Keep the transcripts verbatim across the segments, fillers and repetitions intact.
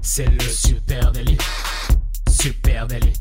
C'est le Super Daily. Super Daily.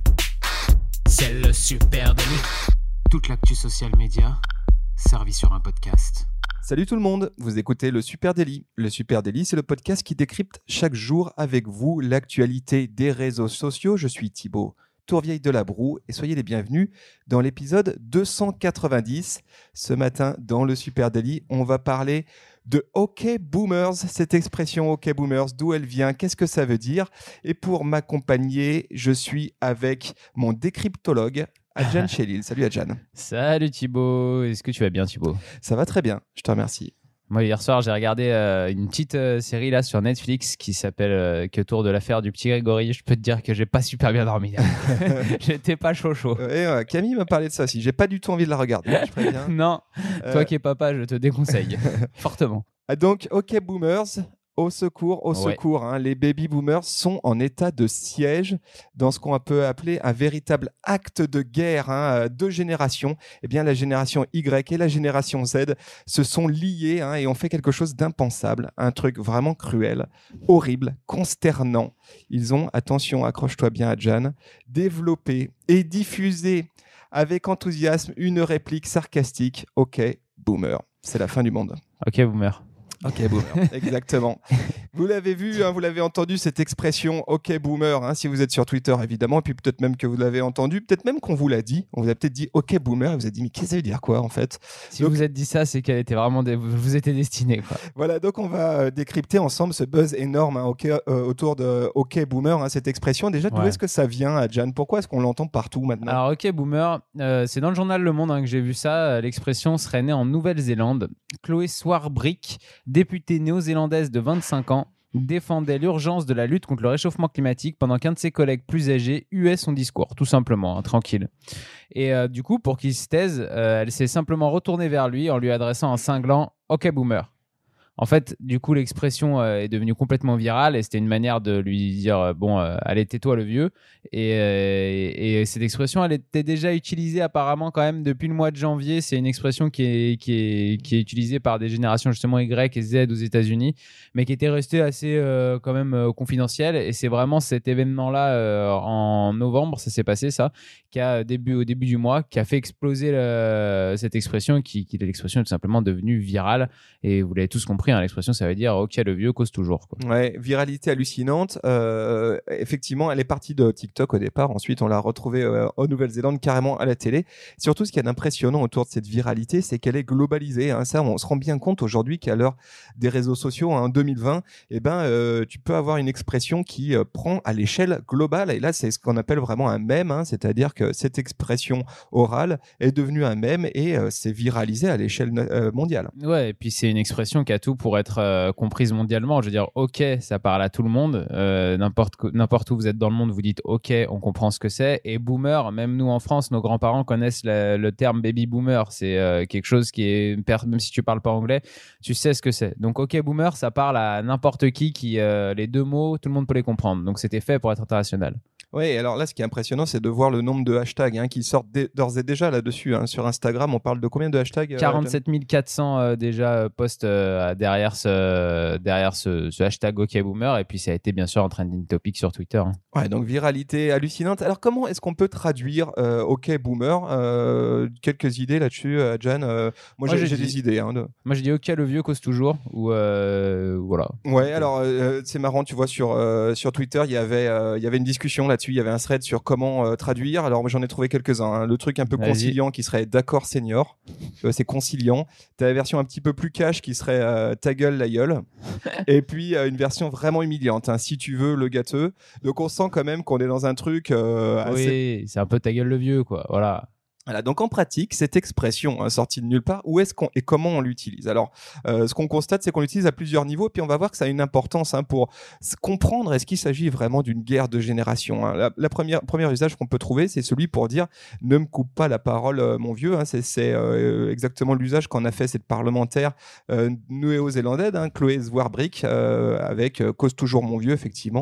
C'est le Super Daily. Toute l'actu social média servie sur un podcast. Salut tout le monde, vous écoutez le Super Daily. Le Super Daily, c'est le podcast qui décrypte chaque jour avec vous l'actualité des réseaux sociaux. Je suis Thibaut Tourvieille de la Broue et soyez les bienvenus dans l'épisode deux cent quatre-vingt-dix. Ce matin, dans le Super Daily, on va parler de OK Boomers, cette expression OK Boomers, d'où elle vient, qu'est-ce que ça veut dire. Et pour m'accompagner, je suis avec mon décryptologue, Adjan Chélil. Salut Adjan. Salut Thibaut, est-ce que tu vas bien Thibaut ? Ça va très bien, je te remercie. Moi hier soir j'ai regardé euh, une petite euh, série là sur Netflix qui s'appelle euh, qui autour de l'affaire du petit Grégory. Je peux te dire que j'ai pas super bien dormi. J'étais pas chaud chaud. Ouais, ouais, Camille m'a parlé de ça aussi. J'ai pas du tout envie de la regarder. Je préviens. Non, Euh... toi qui es papa, je te déconseille fortement. Ah, donc OK Boomers. Au secours, au ouais. secours, hein, les baby boomers sont en état de siège dans ce qu'on peut appeler un véritable acte de guerre. Hein, deux générations, eh bien la génération Y et la génération Z se sont liées hein, et ont fait quelque chose d'impensable, un truc vraiment cruel, horrible, consternant. Ils ont, attention, accroche-toi bien Adjan, développé et diffusé avec enthousiasme une réplique sarcastique. OK, boomer, c'est la fin du monde. OK, boomer. OK boomer, exactement. Vous l'avez vu, hein, vous l'avez entendu cette expression OK boomer, hein, si vous êtes sur Twitter évidemment, et puis peut-être même que vous l'avez entendu, peut-être même qu'on vous l'a dit, on vous a peut-être dit OK boomer, et vous avez dit mais qu'est-ce que ça veut dire quoi en fait ? Si donc, vous vous êtes dit ça, c'est qu'elle était vraiment dé... vous étiez destiné quoi. Voilà, donc on va euh, décrypter ensemble ce buzz énorme hein, okay, euh, autour de OK boomer, hein, cette expression. Déjà, d'où ouais. est-ce que ça vient, Adjan ? Pourquoi est-ce qu'on l'entend partout maintenant ? Alors OK boomer, euh, c'est dans le journal Le Monde hein, que j'ai vu ça. L'expression serait née en Nouvelle-Zélande. Chloé Swarbrick, députée néo-zélandaise de vingt-cinq ans, défendait l'urgence de la lutte contre le réchauffement climatique pendant qu'un de ses collègues plus âgés huait son discours, tout simplement, hein, tranquille. Et euh, du coup, pour qu'il se taise, euh, elle s'est simplement retournée vers lui en lui adressant un cinglant « OK boomer ». En fait, du coup, l'expression euh, est devenue complètement virale et c'était une manière de lui dire euh, « Bon, euh, allez, tais-toi le vieux ». Et, euh, et cette expression, elle était déjà utilisée apparemment quand même depuis le mois de janvier. C'est une expression qui est, qui est, qui est utilisée par des générations justement Y et Z aux États-Unis, mais qui était restée assez euh, quand même euh, confidentielle. Et c'est vraiment cet événement-là euh, en novembre, ça s'est passé ça, qui a début, au début du mois, qui a fait exploser le, cette expression, qui, qui l'expression est tout simplement devenue virale. Et vous l'avez tous compris. Hein, l'expression, ça veut dire « Ok, le vieux cause toujours ». Quoi. Ouais, viralité hallucinante. Euh, effectivement, elle est partie de TikTok au départ. Ensuite, on l'a retrouvée euh, en Nouvelle-Zélande, carrément à la télé. Surtout, ce qui est impressionnant autour de cette viralité, c'est qu'elle est globalisée. Hein. Ça, on se rend bien compte aujourd'hui qu'à l'heure des réseaux sociaux, en hein, deux mille vingt, eh ben, euh, tu peux avoir une expression qui euh, prend à l'échelle globale. Et là, c'est ce qu'on appelle vraiment un mème. Hein. C'est-à-dire que cette expression orale est devenue un mème et euh, c'est viralisé à l'échelle euh, mondiale. Ouais, et puis c'est une expression qui a tout pour être euh, comprise mondialement. Je veux dire, OK, ça parle à tout le monde. Euh, n'importe, n'importe où vous êtes dans le monde, vous dites OK, on comprend ce que c'est. Et boomer, même nous en France, nos grands-parents connaissent la, le terme baby boomer. C'est euh, quelque chose qui est, même si tu parles pas anglais, tu sais ce que c'est. Donc OK boomer, ça parle à n'importe qui, qui euh, les deux mots, tout le monde peut les comprendre. Donc c'était fait pour être international. Oui, alors là, ce qui est impressionnant, c'est de voir le nombre de hashtags hein, qui sortent d- d'ores et déjà là-dessus. Hein. Sur Instagram, on parle de combien de hashtags euh, quarante-sept mille quatre cents euh, déjà posts euh, derrière, ce, derrière ce, ce hashtag OKBoomer. Et puis, ça a été bien sûr en trending topic sur Twitter. Hein. Ouais, donc viralité hallucinante. Alors, comment est-ce qu'on peut traduire euh, OK Boomer euh, quelques idées là-dessus, euh, Adjan euh, Moi, moi, j'ai, j'ai dit, des idées. Hein, de... Moi, j'ai dit OK, le vieux cause toujours. Ou euh, voilà. Ouais, alors, euh, c'est marrant, tu vois, sur, euh, sur Twitter, il y avait, euh, il y avait une discussion là-dessus. Il y avait un thread sur comment euh, traduire. Alors, moi, j'en ai trouvé quelques-uns. Hein. Le truc un peu Vas-y. conciliant qui serait d'accord senior. Euh, c'est conciliant. T'as la version un petit peu plus cash qui serait euh, ta gueule, la gueule. Et puis, euh, une version vraiment humiliante. Hein, si tu veux, le gâteux. Donc, on sent quand même qu'on est dans un truc euh, assez... Oui, c'est un peu ta gueule le vieux, quoi. Voilà. Voilà, donc en pratique, cette expression hein, sortie de nulle part, où est-ce qu'on et comment on l'utilise ? Alors, euh, ce qu'on constate, c'est qu'on l'utilise à plusieurs niveaux, puis on va voir que ça a une importance hein, pour s- comprendre est-ce qu'il s'agit vraiment d'une guerre de génération. Hein. La, la première premier usage qu'on peut trouver, c'est celui pour dire ne me coupe pas la parole, euh, mon vieux. Hein. C'est, c'est euh, exactement l'usage qu'en a fait cette parlementaire euh, néo-zélandaise, hein, Chloé Swarbrick, euh, avec euh, cause toujours mon vieux, effectivement.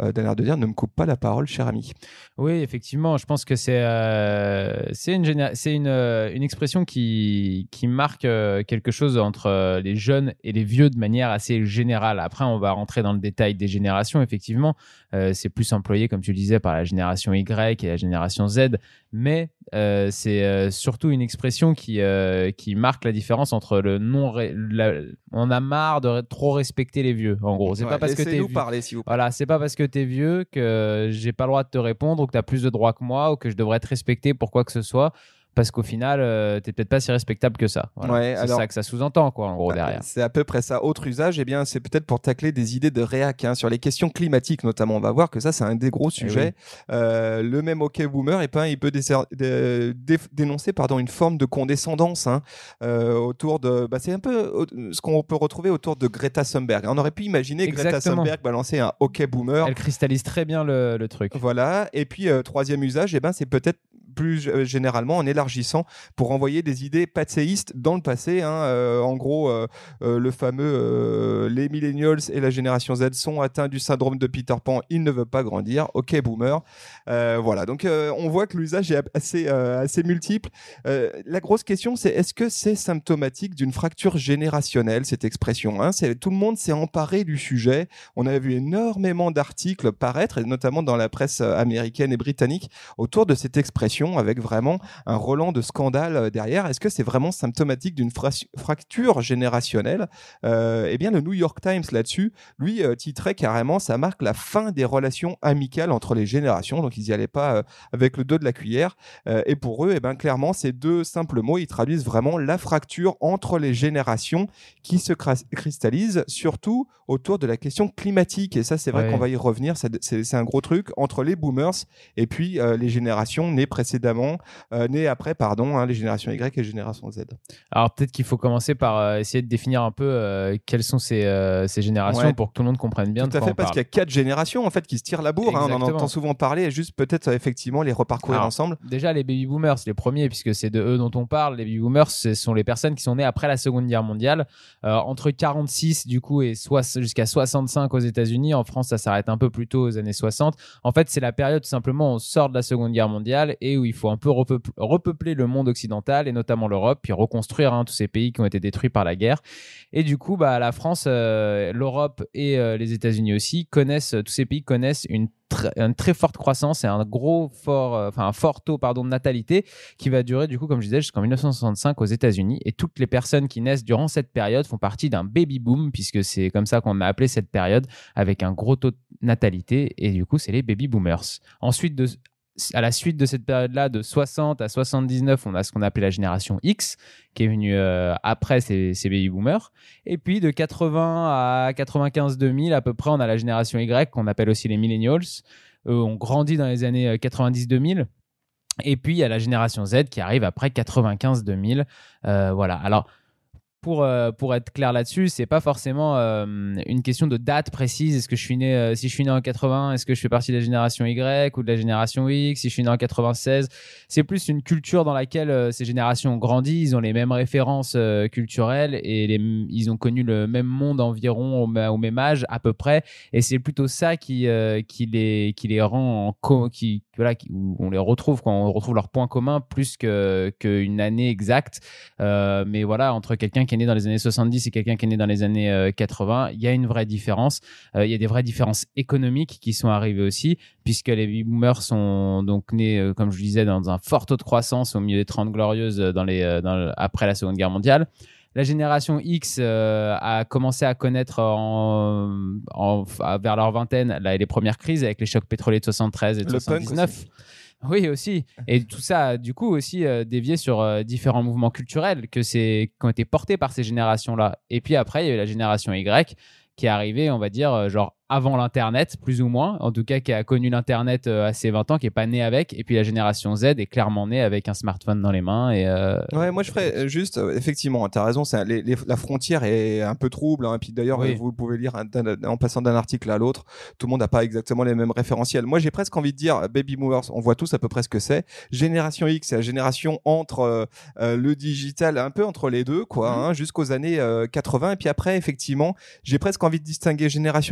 euh, d'un air de dire ne me coupe pas la parole, cher ami. Oui, effectivement, je pense que c'est euh, c'est une, géné- c'est une, euh, une expression qui, qui marque euh, quelque chose entre euh, les jeunes et les vieux de manière assez générale. Après, on va rentrer dans le détail des générations, effectivement. Euh, c'est plus employé, comme tu le disais, par la génération Y et la génération Z, mais euh, c'est euh, surtout une expression qui, euh, qui marque la différence entre le non... Ré- la... On a marre de re- trop respecter les vieux, en gros. C'est Ouais, pas parce que t'es laissez-nous vieux. parler, s'il vous plaît. Voilà, c'est pas parce que t'es vieux que j'ai pas le droit de te répondre ou que t'as plus de droits que moi ou que je devrais te respecter pour quoi que ce soit. Parce qu'au final, euh, t'es peut-être pas si respectable que ça. Voilà. Ouais, c'est alors- ça que ça sous-entend, quoi, en gros, Bah, derrière. c'est à peu près ça. Autre usage, eh bien, c'est peut-être pour tacler des idées de réac hein, sur les questions climatiques, notamment. On va voir que ça, c'est un des gros sujets. Euh, le même OK boomer, eh ben, il peut décer- dé- dé- dénoncer pardon, une forme de condescendance hein, euh, autour de. Bah, c'est un peu au- ce qu'on peut retrouver autour de Greta Thunberg. On aurait pu imaginer Greta Exactement. Thunberg balancer un OK boomer. Elle cristallise très bien le, le truc. Voilà. Et puis, euh, troisième usage, eh ben, c'est peut-être plus euh, généralement en élargissant pour envoyer des idées passéistes dans le passé. Hein, euh, en gros, euh, euh, le fameux euh, les millennials et la génération Z sont atteints du syndrome de Peter Pan, ils ne veulent pas grandir. Ok, boomer. Euh, voilà, donc euh, on voit que l'usage est assez, euh, assez multiple. Euh, la grosse question, c'est est-ce que c'est symptomatique d'une fracture générationnelle, cette expression hein c'est, tout le monde s'est emparé du sujet. On a vu énormément d'articles paraître, et notamment dans la presse américaine et britannique, autour de cette expression avec vraiment un relent de scandale derrière. Est-ce que c'est vraiment symptomatique d'une fra- fracture générationnelle euh, Eh bien, le New York Times là-dessus, lui, euh, titrait carrément, ça marque la fin des relations amicales entre les générations. Donc, ils n'y allaient pas euh, avec le dos de la cuillère. Euh, et pour eux, eh ben, clairement, ces deux simples mots, ils traduisent vraiment la fracture entre les générations qui se cra- cristallise, surtout autour de la question climatique. Et ça, c'est vrai Ouais. qu'on va y revenir. Ça, c'est, c'est un gros truc entre les boomers et puis euh, les générations nées précédemment, euh, nées après, pardon, hein, les générations Y et les générations Z. Alors peut-être qu'il faut commencer par euh, essayer de définir un peu euh, quelles sont ces, euh, ces générations Ouais. pour que tout le monde comprenne bien Tout de à quoi fait, on parce parle. qu'il y a quatre générations en fait qui se tirent la bourre. Hein, on en Exactement. entend souvent parler et juste peut-être euh, effectivement les reparcourir Alors, ensemble. Déjà, les baby boomers, c'est les premiers, puisque c'est de eux dont on parle. Les baby boomers, ce sont les personnes qui sont nées après la Seconde Guerre mondiale, euh, entre quarante-six du coup et soix- jusqu'à soixante-cinq aux États-Unis. En France, ça s'arrête un peu plus tôt aux années soixante. En fait, c'est la période tout simplement où on sort de la Seconde Guerre mondiale et où il faut un peu repeupler, repeupler le monde occidental et notamment l'Europe, puis reconstruire hein, tous ces pays qui ont été détruits par la guerre. Et du coup, bah, la France, euh, l'Europe et euh, les États-Unis aussi connaissent, tous ces pays connaissent une Très, une très forte croissance et un gros fort, euh, enfin un fort taux pardon de natalité qui va durer du coup comme je disais jusqu'en dix-neuf cent soixante-cinq aux États-Unis et toutes les personnes qui naissent durant cette période font partie d'un baby boom puisque c'est comme ça qu'on a appelé cette période avec un gros taux de natalité et du coup c'est les baby boomers. Ensuite de à la suite de cette période-là, de soixante à soixante-dix-neuf, on a ce qu'on appelait la génération X, qui est venue euh, après ces, ces baby boomers. Et puis de quatre-vingts à quatre-vingt-quinze deux mille, à peu près, on a la génération Y, qu'on appelle aussi les millennials. Eux ont grandi dans les années quatre-vingt-dix deux mille. Et puis il y a la génération Z qui arrive après quatre-vingt-quinze deux mille. Euh, voilà. Alors, Pour, euh, pour être clair là-dessus, c'est pas forcément euh, une question de date précise. Est-ce que je suis né, euh, si je suis né en quatre-vingts, est-ce que je fais partie de la génération Y ou de la génération X? Si je suis né en quatre-vingt-seize, c'est plus une culture dans laquelle euh, ces générations ont grandi. Ils ont les mêmes références euh, culturelles et les, ils ont connu le même monde environ au, au même âge à peu près. Et c'est plutôt ça qui, euh, qui, les, qui les rend en co- qui, voilà, qui, où on les retrouve quand on retrouve leurs points communs plus que qu'une année exacte. Euh, mais voilà, entre quelqu'un qui est né dans les années soixante-dix et quelqu'un qui est né dans les années euh, quatre-vingts, il y a une vraie différence. Euh, il y a des vraies différences économiques qui sont arrivées aussi, puisque les baby boomers sont donc nés, euh, comme je le disais, dans un fort taux de croissance au milieu des Trente Glorieuses dans les, euh, dans le, après la Seconde Guerre mondiale. La génération X euh, a commencé à connaître en, en, vers leur vingtaine là, les premières crises avec les chocs pétroliers de soixante-treize et de Le soixante-dix-neuf. Oui, aussi. Et tout ça a du coup aussi euh, dévié sur euh, différents mouvements culturels que c'est, qui ont été portés par ces générations-là. Et puis après, il y a eu la génération Y qui est arrivée, on va dire, euh, genre avant l'Internet, plus ou moins. En tout cas, qui a connu l'Internet euh, à ses vingt ans, qui n'est pas né avec. Et puis la génération Z est clairement née avec un smartphone dans les mains. Et, euh, Ouais, moi je ferais euh, juste, euh, effectivement, tu as raison, c'est un- les- les- la frontière est un peu trouble. Hein, et puis d'ailleurs, Oui. euh, vous pouvez lire un- d'un- en passant d'un article à l'autre, tout le monde n'a pas exactement les mêmes référentiels. Moi j'ai presque envie de dire, baby boomers, on voit tous à peu près ce que c'est. Génération X, c'est la génération entre euh, euh, le digital, un peu entre les deux, quoi, Mhm. hein, jusqu'aux années euh, quatre-vingts. Et puis après, effectivement, j'ai presque envie de distinguer génération Y, qui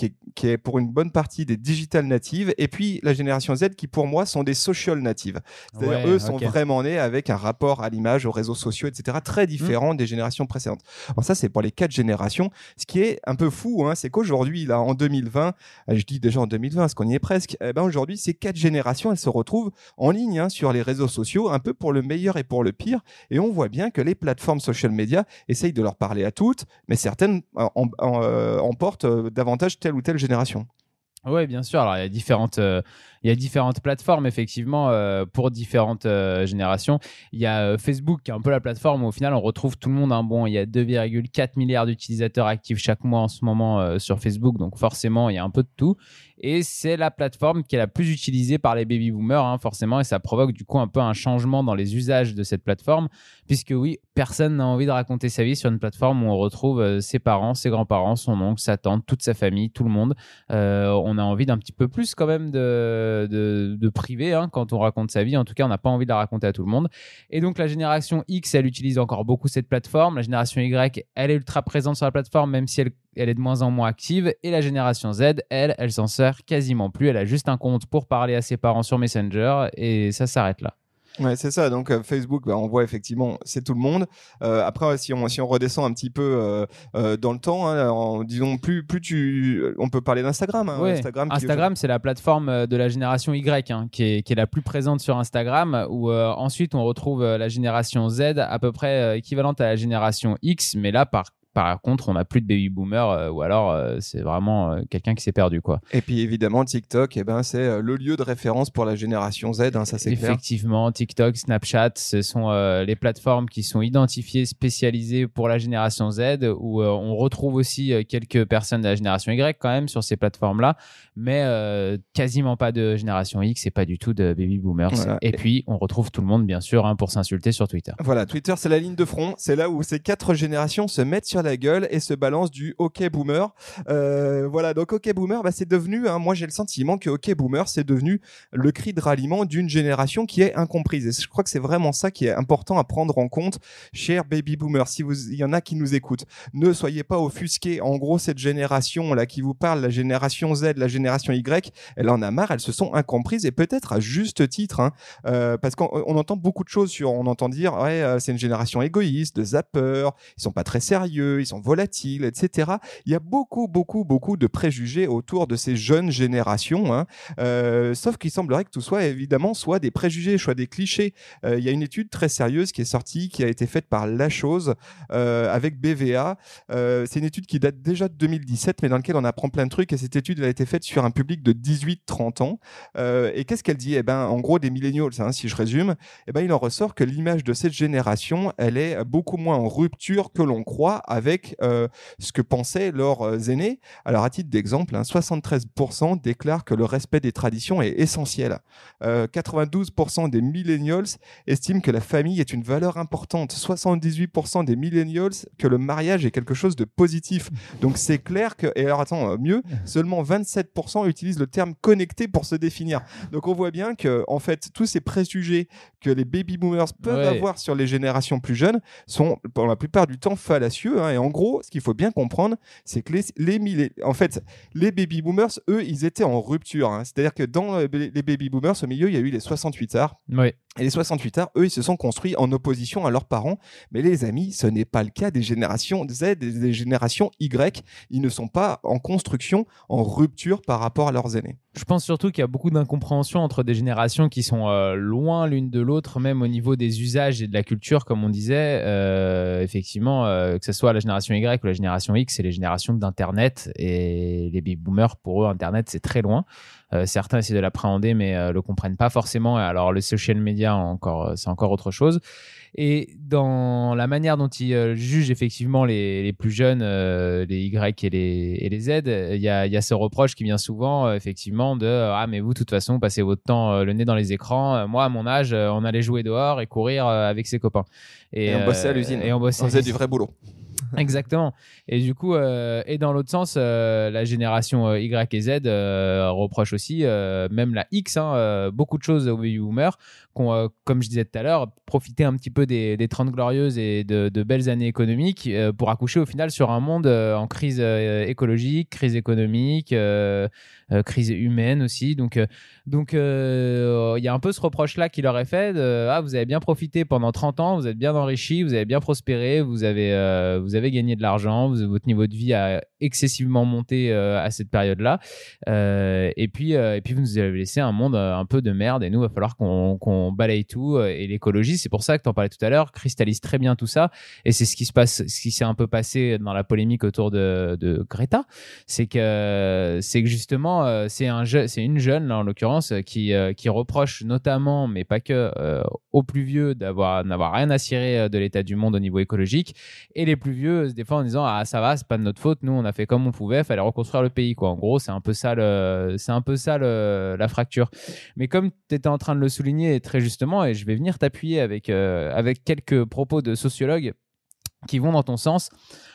qui est, qui est pour une bonne partie des digital natives, et puis la génération Z qui pour moi sont des social natives. C'est-à-dire Ouais, eux sont ok. vraiment nés avec un rapport à l'image, aux réseaux sociaux, et cetera très différent mmh. des générations précédentes. Alors ça, c'est pour les quatre générations. Ce qui est un peu fou, hein, c'est qu'aujourd'hui, là, en deux mille vingt, je dis déjà en deux mille vingt, parce qu'on y est presque, eh ben aujourd'hui, ces quatre générations, elles se retrouvent en ligne hein, sur les réseaux sociaux, un peu pour le meilleur et pour le pire. Et on voit bien que les plateformes social media essayent de leur parler à toutes, mais certaines en, en, en, euh, emportent euh, davantage telle ou telle génération. Oui, bien sûr. Alors, il y a différentes, euh, il y a différentes plateformes, effectivement, euh, pour différentes euh, générations. Il y a euh, Facebook, qui est un peu la plateforme où, au final, on retrouve tout le monde. Hein. Bon, il y a deux virgule quatre milliards d'utilisateurs actifs chaque mois en ce moment euh, sur Facebook. Donc, forcément, il y a un peu de tout. Et c'est la plateforme qui est la plus utilisée par les baby-boomers, hein, forcément. Et ça provoque, du coup, un peu un changement dans les usages de cette plateforme. Puisque, oui, personne n'a envie de raconter sa vie sur une plateforme où on retrouve euh, ses parents, ses grands-parents, son oncle, sa tante, toute sa famille, tout le monde. Euh, on On a envie d'un petit peu plus quand même de, de, de privé hein, quand on raconte sa vie. En tout cas, on n'a pas envie de la raconter à tout le monde. Et donc, la génération X, elle utilise encore beaucoup cette plateforme. La génération Y, elle est ultra présente sur la plateforme, même si elle, elle est de moins en moins active. Et la génération Z, elle, elle s'en sert quasiment plus. Elle a juste un compte pour parler à ses parents sur Messenger et ça s'arrête là. Ouais, c'est ça. Donc euh, Facebook, bah, on voit effectivement, c'est tout le monde. Euh, après, si on si on redescend un petit peu euh, euh, dans le temps, hein, en, disons plus plus tu, on peut parler d'Instagram. Hein, ouais. Instagram, qui Instagram est... c'est la plateforme de la génération Y, hein, qui est qui est la plus présente sur Instagram. Où euh, ensuite on retrouve la génération Z, à peu près euh, équivalente à la génération X, mais là par Par contre, on n'a plus de baby boomer euh, ou alors euh, c'est vraiment euh, quelqu'un qui s'est perdu, quoi. Et puis évidemment, TikTok, eh ben, c'est euh, le lieu de référence pour la génération Z, hein, ça c'est clair. Effectivement, TikTok, Snapchat, ce sont euh, les plateformes qui sont identifiées, spécialisées pour la génération Z, où euh, on retrouve aussi euh, quelques personnes de la génération Y quand même sur ces plateformes-là, mais euh, quasiment pas de génération X et pas du tout de baby boomers. Voilà. Et, et puis, on retrouve tout le monde, bien sûr, hein, pour s'insulter sur Twitter. Voilà, Twitter, c'est la ligne de front. C'est là où ces quatre générations se mettent sur la gueule et se balancent du OK Boomer. Euh, voilà, donc OK Boomer, bah, c'est devenu, hein, moi j'ai le sentiment que OK Boomer, c'est devenu le cri de ralliement d'une génération qui est incomprise. Et je crois que c'est vraiment ça qui est important à prendre en compte, chers baby boomers. Si vous, il y en a qui nous écoutent, ne soyez pas offusqués. En gros, cette génération-là qui vous parle, la génération Z, la génération Y, elle en a marre, elles se sont incomprises et peut-être à juste titre, hein, euh, parce qu'on on entend beaucoup de choses sur, on entend dire, ouais, euh, c'est une génération égoïste, de zappeurs, ils sont pas très sérieux, ils sont volatiles, et cetera. Il y a beaucoup, beaucoup, beaucoup de préjugés autour de ces jeunes générations, hein. Euh, sauf qu'il semblerait que tout soit évidemment soit des préjugés, soit des clichés. Euh, il y a une étude très sérieuse qui est sortie, qui a été faite par La Chose euh, avec B V A. Euh, c'est une étude qui date déjà de deux mille dix-sept, mais dans laquelle on apprend plein de trucs. Et cette étude elle a été faite sur un public de dix-huit à trente ans. Euh, et qu'est-ce qu'elle dit ? Eh ben, en gros, des millennials, hein, si je résume, eh ben, il en ressort que l'image de cette génération, elle est beaucoup moins en rupture que l'on croit avec euh, ce que pensaient leurs aînés. Alors, à titre d'exemple, hein, soixante-treize pour cent déclarent que le respect des traditions est essentiel. Euh, quatre-vingt-douze pour cent des millennials estiment que la famille est une valeur importante. soixante-dix-huit pour cent des millennials que le mariage est quelque chose de positif. Donc, c'est clair que... Et alors, attends, mieux, seulement vingt-sept pour cent utilisent le terme connecté pour se définir. Donc, on voit bien que, en fait, tous ces préjugés que les baby boomers peuvent ouais. avoir sur les générations plus jeunes sont, pour la plupart du temps, fallacieux. Hein. Et en gros, ce qu'il faut bien comprendre, c'est que les, les, les, en fait, les baby boomers, eux, ils étaient en rupture. Hein. C'est-à-dire que dans les baby boomers, au milieu, il y a eu les soixante-huit arts. Oui. Et les soixante-huit arts, eux, ils se sont construits en opposition à leurs parents. Mais les amis, ce n'est pas le cas des générations Z et des générations Y. Ils ne sont pas en construction, en rupture par rapport à leurs aînés. Je pense surtout qu'il y a beaucoup d'incompréhension entre des générations qui sont euh, loin l'une de l'autre, même au niveau des usages et de la culture, comme on disait. Euh, effectivement, euh, que ce soit la génération Y ou la génération X, c'est les générations d'Internet. Et les baby boomers, pour eux, Internet, c'est très loin. Euh, certains essaient de l'appréhender, mais euh, le comprennent pas forcément. Alors, le social media, encore, c'est encore autre chose. Et dans la manière dont ils euh, jugent effectivement les, les plus jeunes, euh, les Y et les, et les Z, il y a, y a ce reproche qui vient souvent, euh, effectivement, de euh, « Ah, mais vous, de toute façon, passez votre temps euh, le nez dans les écrans. Euh, moi, à mon âge, euh, on allait jouer dehors et courir euh, avec ses copains. » Et, et on bossait à l'usine. Et on bossait on faisait du vrai boulot. Exactement. Et du coup, euh, et dans l'autre sens, euh, la génération euh, Y et Z euh, reproche aussi, euh, même la X, hein, euh, beaucoup de choses aux baby boomers, qui ont, euh, comme je disais tout à l'heure, profité un petit peu des, des trente glorieuses et de, de belles années économiques euh, pour accoucher au final sur un monde euh, en crise euh, écologique, crise économique, euh, euh, crise humaine aussi. Donc, euh, donc, il euh, y a un peu ce reproche-là qui leur est fait de, ah, vous avez bien profité pendant trente ans, vous êtes bien enrichis, vous avez bien prospéré, vous avez, euh, vous avez gagné de l'argent, vous, votre niveau de vie a excessivement monté euh, à cette période-là. Euh, et, puis, euh, et puis, vous nous avez laissé un monde euh, un peu de merde et nous, il va falloir qu'on, qu'on balaye tout. Et l'écologie, c'est pour ça que tu en parlais tout à l'heure, cristallise très bien tout ça. Et c'est ce qui se passe, ce qui s'est un peu passé dans la polémique autour de, de Greta. C'est que, c'est que justement, euh, c'est, un je, c'est une jeune, là, en l'occurrence, qui, euh, qui reproche notamment, mais pas que, euh, aux plus vieux d'avoir, d'avoir rien à cirer de l'état du monde au niveau écologique. Et les plus vieux se défendent en disant ah ça va, c'est pas de notre faute, nous on a fait comme on pouvait, fallait reconstruire le pays quoi. En gros c'est un peu ça le, c'est un peu ça le, la fracture. Mais comme tu étais en train de le souligner très justement, et je vais venir t'appuyer avec euh, avec quelques propos de sociologues qui vont dans ton sens.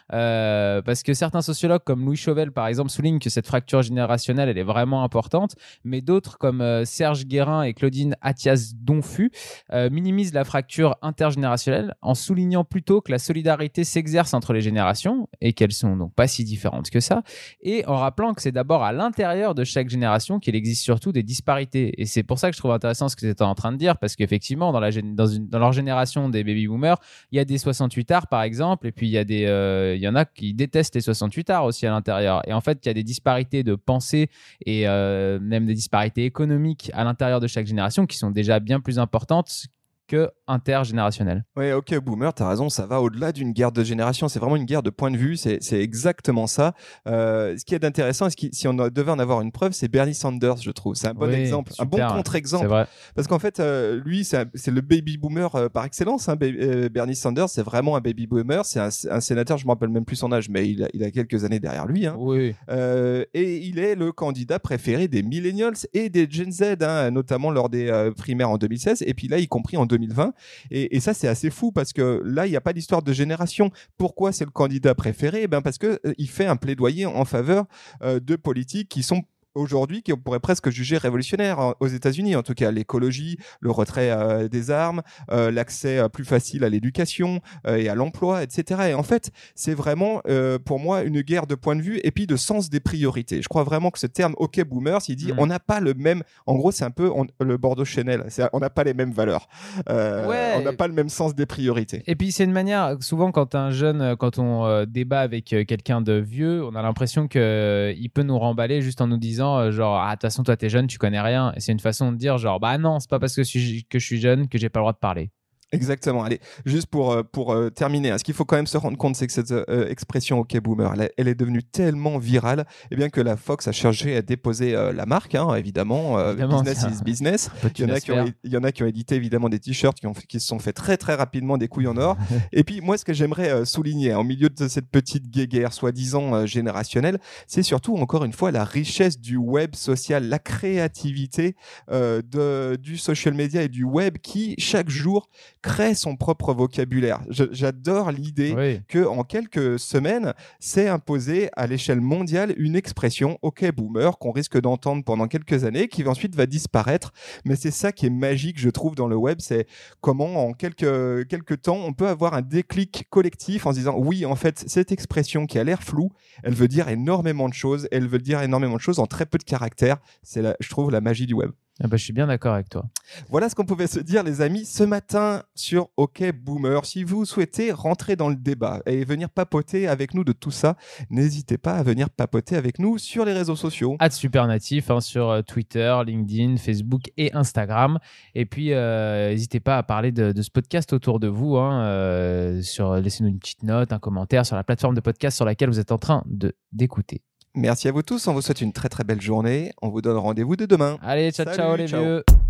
Euh, parce que certains sociologues comme Louis Chauvel par exemple soulignent que cette fracture générationnelle elle est vraiment importante, mais d'autres comme euh, Serge Guérin et Claudine Attias-Donfu euh, minimisent la fracture intergénérationnelle en soulignant plutôt que la solidarité s'exerce entre les générations et qu'elles sont donc pas si différentes que ça, et en rappelant que c'est d'abord à l'intérieur de chaque génération qu'il existe surtout des disparités. Et c'est pour ça que je trouve intéressant ce que tu étais en train de dire, parce qu'effectivement dans, la, dans, une, dans leur génération des baby boomers il y a des soixante-huit ards par exemple, et puis il y a des euh, il y en a qui détestent les soixante-huit ards aussi à l'intérieur. Et en fait, il y a des disparités de pensée et euh, même des disparités économiques à l'intérieur de chaque génération qui sont déjà bien plus importantes que intergénérationnel. Oui, ok, Boomer, t'as raison, ça va au-delà d'une guerre de génération, c'est vraiment une guerre de point de vue, c'est, c'est exactement ça. Euh, ce qui est intéressant, ce qui, si on devait en avoir une preuve, c'est Bernie Sanders, je trouve. C'est un bon oui, exemple, super, un bon contre-exemple. C'est vrai. Parce qu'en fait, euh, lui, c'est, un, c'est le baby boomer euh, par excellence. Hein, baby, euh, Bernie Sanders, c'est vraiment un baby boomer, c'est un, un sénateur, je me rappelle même plus son âge, mais il a, il a quelques années derrière lui. Hein. Oui. Euh, et il est le candidat préféré des millennials et des Gen Z, hein, notamment lors des euh, primaires en deux mille seize, et puis là, y compris en deux mille vingt. Et Et, et ça, c'est assez fou parce que là, il n'y a pas d'histoire de génération. Pourquoi c'est le candidat préféré ? Eh ben parce que euh, il fait un plaidoyer en faveur euh, de politiques qui sont aujourd'hui, qu'on pourrait presque juger révolutionnaire aux États-Unis, en tout cas l'écologie, le retrait euh, des armes, euh, l'accès euh, plus facile à l'éducation euh, et à l'emploi, et cetera. Et en fait, c'est vraiment euh, pour moi une guerre de point de vue et puis de sens des priorités. Je crois vraiment que ce terme OK Boomers, il dit mmh. on n'a pas le même. En gros, c'est un peu on, le Bordeaux Chanel. C'est, on n'a pas les mêmes valeurs. Euh, ouais. On n'a pas le même sens des priorités. Et puis c'est une manière. Souvent, quand un jeune, quand on euh, débat avec euh, quelqu'un de vieux, on a l'impression que euh, il peut nous remballer juste en nous disant genre ah de toute façon toi t'es jeune, tu connais rien. Et c'est une façon de dire genre bah non, c'est pas parce que je suis, que je suis jeune que j'ai pas le droit de parler. Exactement. Allez, juste pour euh, pour euh, terminer, hein, ce qu'il faut quand même se rendre compte, c'est que cette euh, expression OK Boomer, elle, elle est devenue tellement virale, et bien que la Fox a cherché à déposer euh, la marque, hein, évidemment, euh, évidemment, business is business. Il y en a qui ont, il y en a qui ont édité évidemment des t-shirts qui ont qui se sont fait très très rapidement des couilles en or. Et puis moi, ce que j'aimerais euh, souligner hein, au milieu de cette petite guéguerre soi-disant euh, générationnelle, c'est surtout encore une fois la richesse du web social, la créativité euh, de du social media et du web qui chaque jour crée son propre vocabulaire. Je, j'adore l'idée oui. que en quelques semaines, s'est imposée à l'échelle mondiale une expression OK Boomer qu'on risque d'entendre pendant quelques années, qui ensuite va disparaître. Mais c'est ça qui est magique, je trouve, dans le web, c'est comment en quelques quelques temps, on peut avoir un déclic collectif en se disant oui, en fait, cette expression qui a l'air floue, elle veut dire énormément de choses, elle veut dire énormément de choses en très peu de caractères. C'est la, je trouve, la magie du web. Ah bah, je suis bien d'accord avec toi. Voilà ce qu'on pouvait se dire, les amis, ce matin sur OK Boomer. Si vous souhaitez rentrer dans le débat et venir papoter avec nous de tout ça, n'hésitez pas à venir papoter avec nous sur les réseaux sociaux. At Supernatif hein, sur Twitter, LinkedIn, Facebook et Instagram. Et puis, euh, n'hésitez pas à parler de, de ce podcast autour de vous. Hein, euh, sur, laissez-nous une petite note, un commentaire sur la plateforme de podcast sur laquelle vous êtes en train de, d'écouter. Merci à vous tous, on vous souhaite une très très belle journée. On vous donne rendez-vous dès demain. Allez, ciao, Salut, ciao les ciao. vieux.